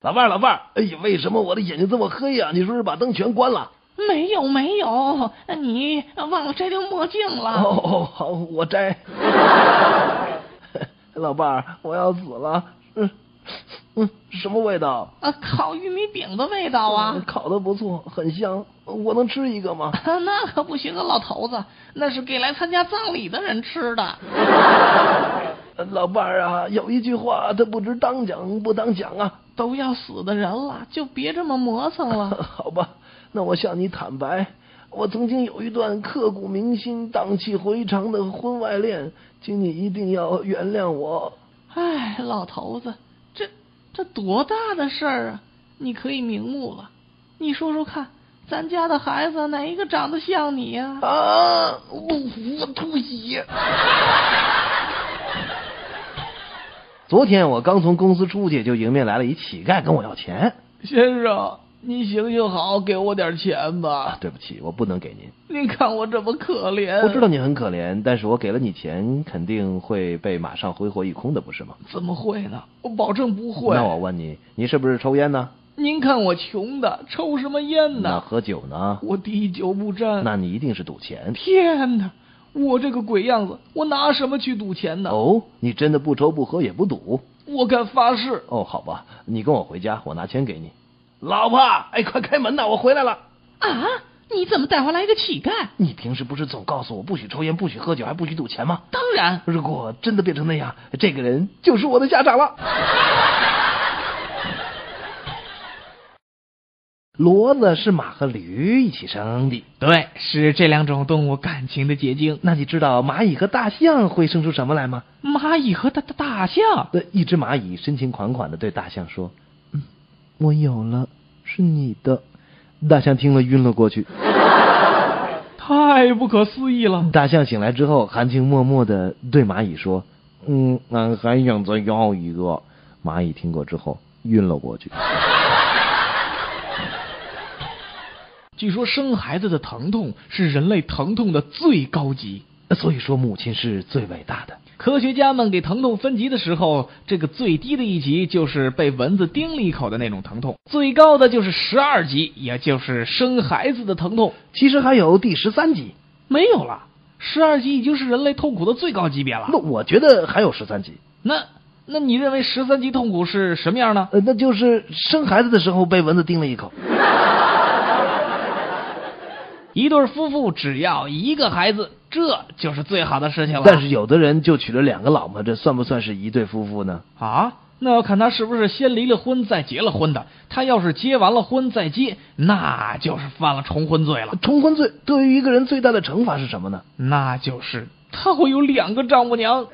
老伴儿，哎呀，为什么我的眼睛这么黑呀？你是不是把灯全关了？ 没有，你忘了摘掉墨镜了。 哦，好，我摘。老伴儿，我要死了。什么味道？ 烤玉米饼的味道啊。 烤得不错，很香。我能吃一个吗？ 那可不行啊，老头子，那是给来参加葬礼的人吃的。 老伴儿啊，有一句话，他不知当讲不当讲啊。 都要死的人了，就别这么磨蹭了。 好吧，那我向你坦白，我曾经有一段刻骨铭心、荡气回肠的婚外恋，请你一定要原谅我。 哎，老头子，这多大的事儿啊！你可以瞑目了。你说说看，咱家的孩子哪一个长得像你呀？ 我吐血。昨天我刚从公司出去，就迎面来了一乞丐跟我要钱。 先生，你行行好，给我点钱吧。 对不起，我不能给您。 您看我这么可怜。 我知道你很可怜，但是我给了你钱，肯定会被马上挥霍一空的，不是吗？ 怎么会呢？我保证不会。 那我问你，你是不是抽烟呢？ 您看我穷的，抽什么烟呢？ 那喝酒呢？ 我滴酒不沾。 那你一定是赌钱。 天哪！我这个鬼样子，我拿什么去赌钱呢？ 哦，你真的不抽不喝也不赌？ 我敢发誓。 哦，好吧，你跟我回家，我拿钱给你。老婆，哎，快开门呐，我回来了。 啊，你怎么带回来一个乞丐？ 你平时不是总告诉我不许抽烟、不许喝酒，还不许赌钱吗？ 当然。 如果真的变成那样，这个人就是我的下场了。骡子是马和驴一起生的。 对，是这两种动物感情的结晶。 那你知道蚂蚁和大象会生出什么来吗？ 蚂蚁和大象？ 一只蚂蚁深情款款地对大象说：“我有了，是你的。”大象听了晕了过去。 太不可思议了。 大象醒来之后，含情脉脉地对蚂蚁说：“俺还想再要一个。”蚂蚁听过之后晕了过去。 据说生孩子的疼痛是人类疼痛的最高级， 所以说母亲是最伟大的。 科学家们给疼痛分级的时候，这个最低的一级就是被蚊子叮了一口的那种疼痛，最高的就是12级，也就是生孩子的疼痛。 其实还有第13级。 没有了，12级已经是人类痛苦的最高级别了。 那我觉得还有13级。 那你认为13级痛苦是什么样呢？ 那就是生孩子的时候被蚊子叮了一口。 一对夫妇只要一个孩子，这就是最好的事情了。 但是有的人就娶了2个老婆，这算不算是一对夫妇呢？ 啊，那要看他是不是先离了婚再结了婚的。他要是结完了婚再结，那就是犯了重婚罪了。 重婚罪对于一个人最大的惩罚是什么呢？ 那就是他会有2个丈母娘。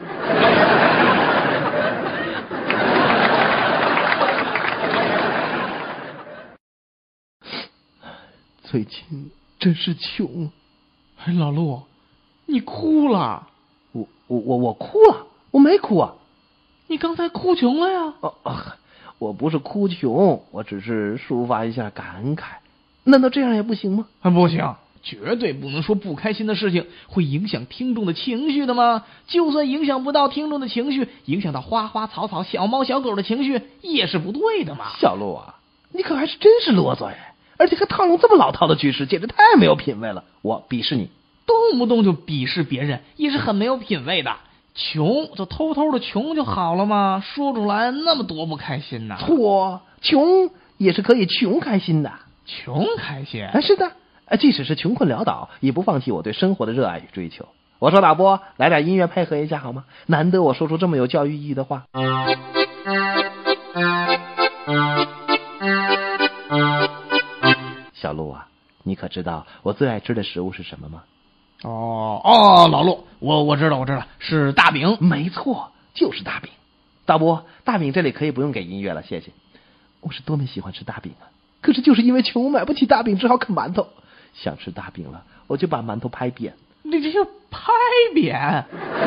最近真是穷。 哎，老陆，你哭了？ 我哭了？我没哭啊。 你刚才哭穷了呀？ 我不是哭穷，我只是抒发一下感慨。难道这样也不行吗？ 不行，绝对不能说不开心的事情会影响听众的情绪的吗？就算影响不到听众的情绪，影响到花花草草、小猫小狗的情绪也是不对的嘛。 小陆啊，你可还是真是啰嗦呀！而且还套用这么老套的句式，简直太没有品位了。我鄙视你。 动不动就鄙视别人，也是很没有品位的。穷就偷偷的穷就好了嘛，说出来那么多不开心呢？ 错，穷也是可以穷开心的。 穷开心？ 是的，即使是穷困潦倒，也不放弃我对生活的热爱与追求。我说导播，来点音乐配合一下好吗？难得我说出这么有教育意义的话。小陆啊，你可知道我最爱吃的食物是什么吗？ 老陆，我知道，是大饼。 没错，就是大饼。导播，大饼这里可以不用给音乐了，谢谢。我是多么喜欢吃大饼啊！可是就是因为穷，买不起大饼，只好啃馒头。想吃大饼了，我就把馒头拍扁。 你这是拍扁？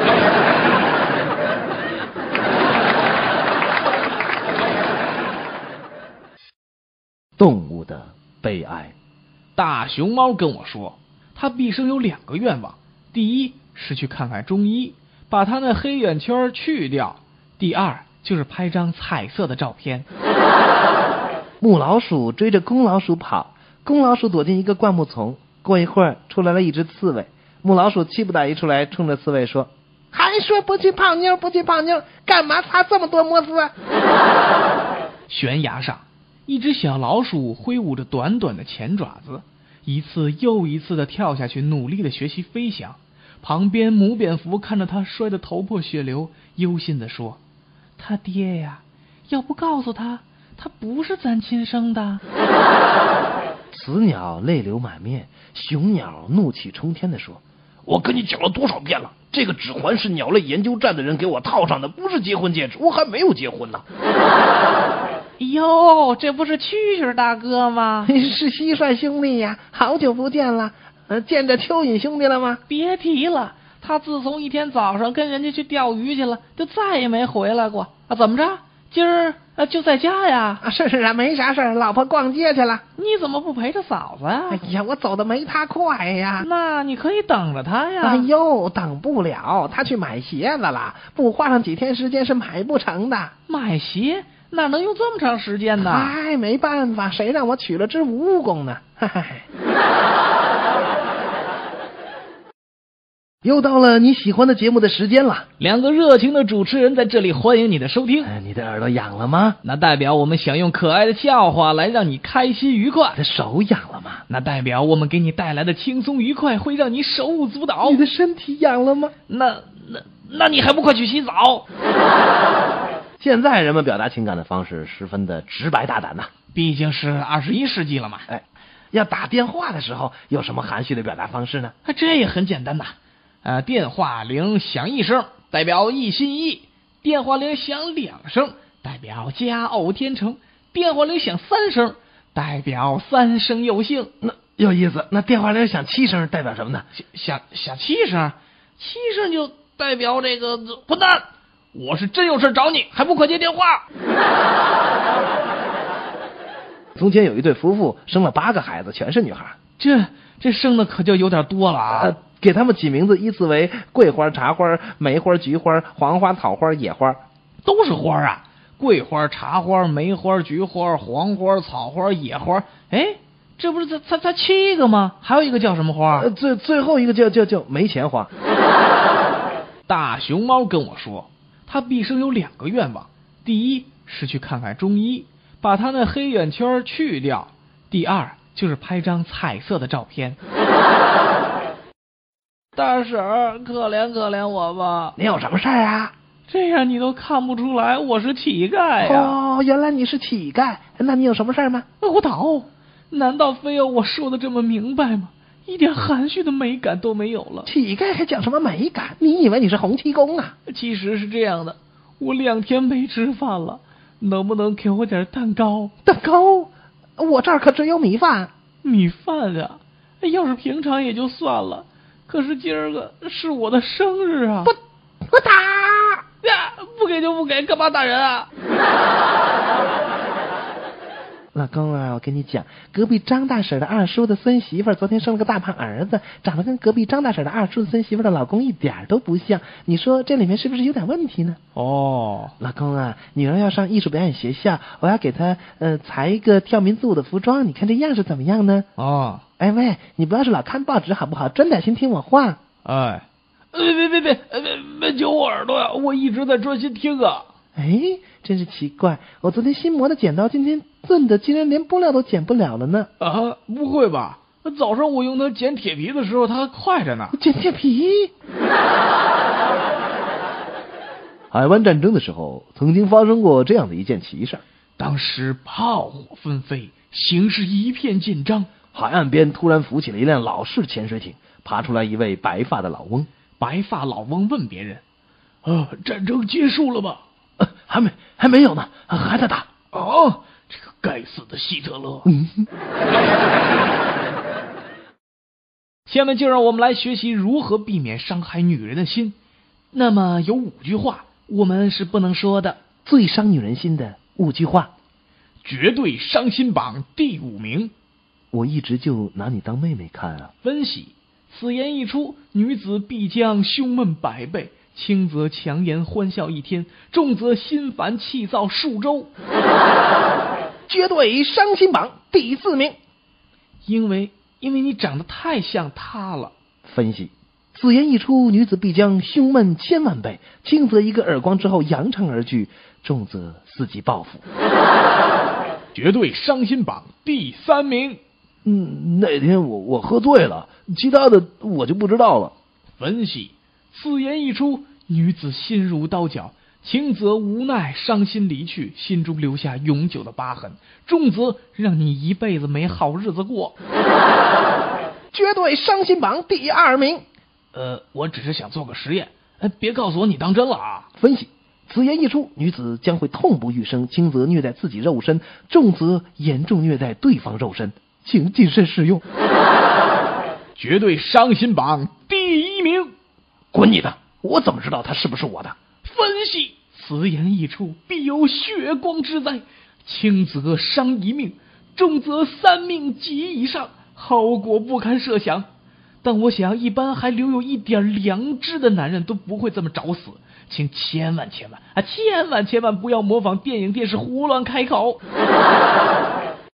动物的悲哀。 大熊猫跟我说，他毕生有2个愿望，第一是去看看中医，把他那黑眼圈去掉；第二就是拍张彩色的照片。 母老鼠追着公老鼠跑，公老鼠躲进一个灌木丛，过一会儿出来了一只刺猬。母老鼠气不打一处来，冲着刺猬说：“还说不去泡妞，不去泡妞，干嘛擦这么多摩丝？” 悬崖上，一只小老鼠挥舞着短短的前爪子，一次又一次地跳下去，努力地学习飞翔。旁边母蝙蝠看着它摔得头破血流，忧心地说：“他爹呀，要不告诉他，他不是咱亲生的。” 雌鸟泪流满面，雄鸟怒气冲天地说：“我跟你讲了多少遍了，这个指环是鸟类研究站的人给我套上的，不是结婚戒指，我还没有结婚呢。” 哟，这不是蛐蛐大哥吗？ 是蟋蟀兄弟呀，好久不见了。见着蚯蚓兄弟了吗？ 别提了，他自从一天早上跟人家去钓鱼去了，就再也没回来过啊！怎么着？今儿就在家呀？ 是啊，没啥事儿，老婆逛街去了。 你怎么不陪着嫂子呀？ 哎呀，我走的没他快呀。 那你可以等着他呀。 哎呦，等不了，他去买鞋子了，不花上几天时间是买不成的。 买鞋哪能用这么长时间呢？ 哎，没办法，谁让我娶了只蜈蚣呢？又到了你喜欢的节目的时间了， 两个热情的主持人在这里欢迎你的收听。 你的耳朵痒了吗？ 那代表我们想用可爱的笑话来让你开心愉快。 你的手痒了吗？ 那代表我们给你带来的轻松愉快会让你手舞足蹈。 你的身体痒了吗？ 那你还不快去洗澡？ 现在人们表达情感的方式十分的直白大胆呐， 毕竟是21世纪了嘛。 要打电话的时候有什么含蓄的表达方式呢？ 这也很简单呐。电话铃响1声，代表一心一意；电话铃响2声，代表佳偶天成；电话铃响3声，代表三生有幸。 那有意思。那电话铃响7声代表什么呢？ 响7声，7声就代表这个混蛋，我是真有事找你，还不快接电话。 从前有一对夫妇生了8个孩子，全是女孩。 这生的可就有点多了啊。 给他们起名字依次为桂花、茶花、梅花、菊花、黄花、草花、野花。 都是花啊，桂花、茶花、梅花、菊花、黄花、草花、野花。这不是才7个吗？还有一个叫什么花？ 最后一个叫没钱花。 大熊猫跟我说，他毕生有2个愿望，第一是去看看中医，把他那黑眼圈去掉；第二就是拍张彩色的照片。大婶儿，可怜可怜我吧！ 你有什么事儿啊？ 这样你都看不出来我是乞丐呀！ 哦，原来你是乞丐，那你有什么事儿吗？ 我倒，难道非要我说的这么明白吗？一点含蓄的美感都没有了。 乞丐还讲什么美感？你以为你是洪七公啊？ 其实是这样的，我2天没吃饭了，能不能给我点蛋糕？ 蛋糕？我这儿可只有米饭。 米饭啊？要是平常也就算了。可是今儿个是我的生日啊！ 不打呀！不给就不给，干嘛打人啊？ 老公啊，我跟你讲，隔壁张大婶的二叔的孙媳妇昨天生了个大胖儿子，长得跟隔壁张大婶的二叔的孙媳妇的老公一点都不像。你说这里面是不是有点问题呢？ 哦， 老公啊，女儿要上艺术表演学校，我要给她裁一个跳民族舞的服装，你看这样是怎么样呢？ 哦， 哎喂，你不要是老看报纸好不好？专点心听我话。 哎，别揪我耳朵呀！我一直在专心听啊。 哎，真是奇怪，我昨天新磨的剪刀，今天钝的竟然连布料都剪不了了呢。 啊，不会吧？早上我用它剪铁皮的时候，它还快着呢。 剪铁皮？海湾战争的时候，曾经发生过这样的一件奇事。 当时炮火纷飞，形势一片紧张。 海岸边突然浮起了一辆老式潜水艇，爬出来一位白发的老翁。 白发老翁问别人：“战争结束了吗？” 还没有呢，还在打。 哦，这个该死的希特勒！下面就让我们来学习如何避免伤害女人的心。那么有5句话我们是不能说的， 最伤女人心的5句话， 绝对伤心榜第5名。 我一直就拿你当妹妹看啊。 分析：此言一出，女子必将胸闷100倍。轻则强颜欢笑1天，重则心烦气躁数周。 绝对伤心榜第4名。 因为你长得太像他了。 分析：此言一出，女子必将胸闷千万倍，轻则一个耳光之后扬长而去，重则伺机报复。 绝对伤心榜第3名。 那天我喝醉了，其他的我就不知道了。 分析：此言一出，女子心如刀绞，轻则无奈伤心离去，心中留下永久的疤痕，重则让你一辈子没好日子过。 绝对伤心榜第2名。 我只是想做个实验，别告诉我你当真了啊。 分析：此言一出，女子将会痛不欲生，轻则虐待自己肉身，重则严重虐待对方肉身，请谨慎使用。 绝对伤心榜第1名。 滚你的！我怎么知道他是不是我的？ 分析：此言一出，必有血光之灾，轻则伤一命，重则3命及以上，后果不堪设想。但我想一般还留有一点良知的男人都不会这么找死，请千万不要模仿电影电视胡乱开口。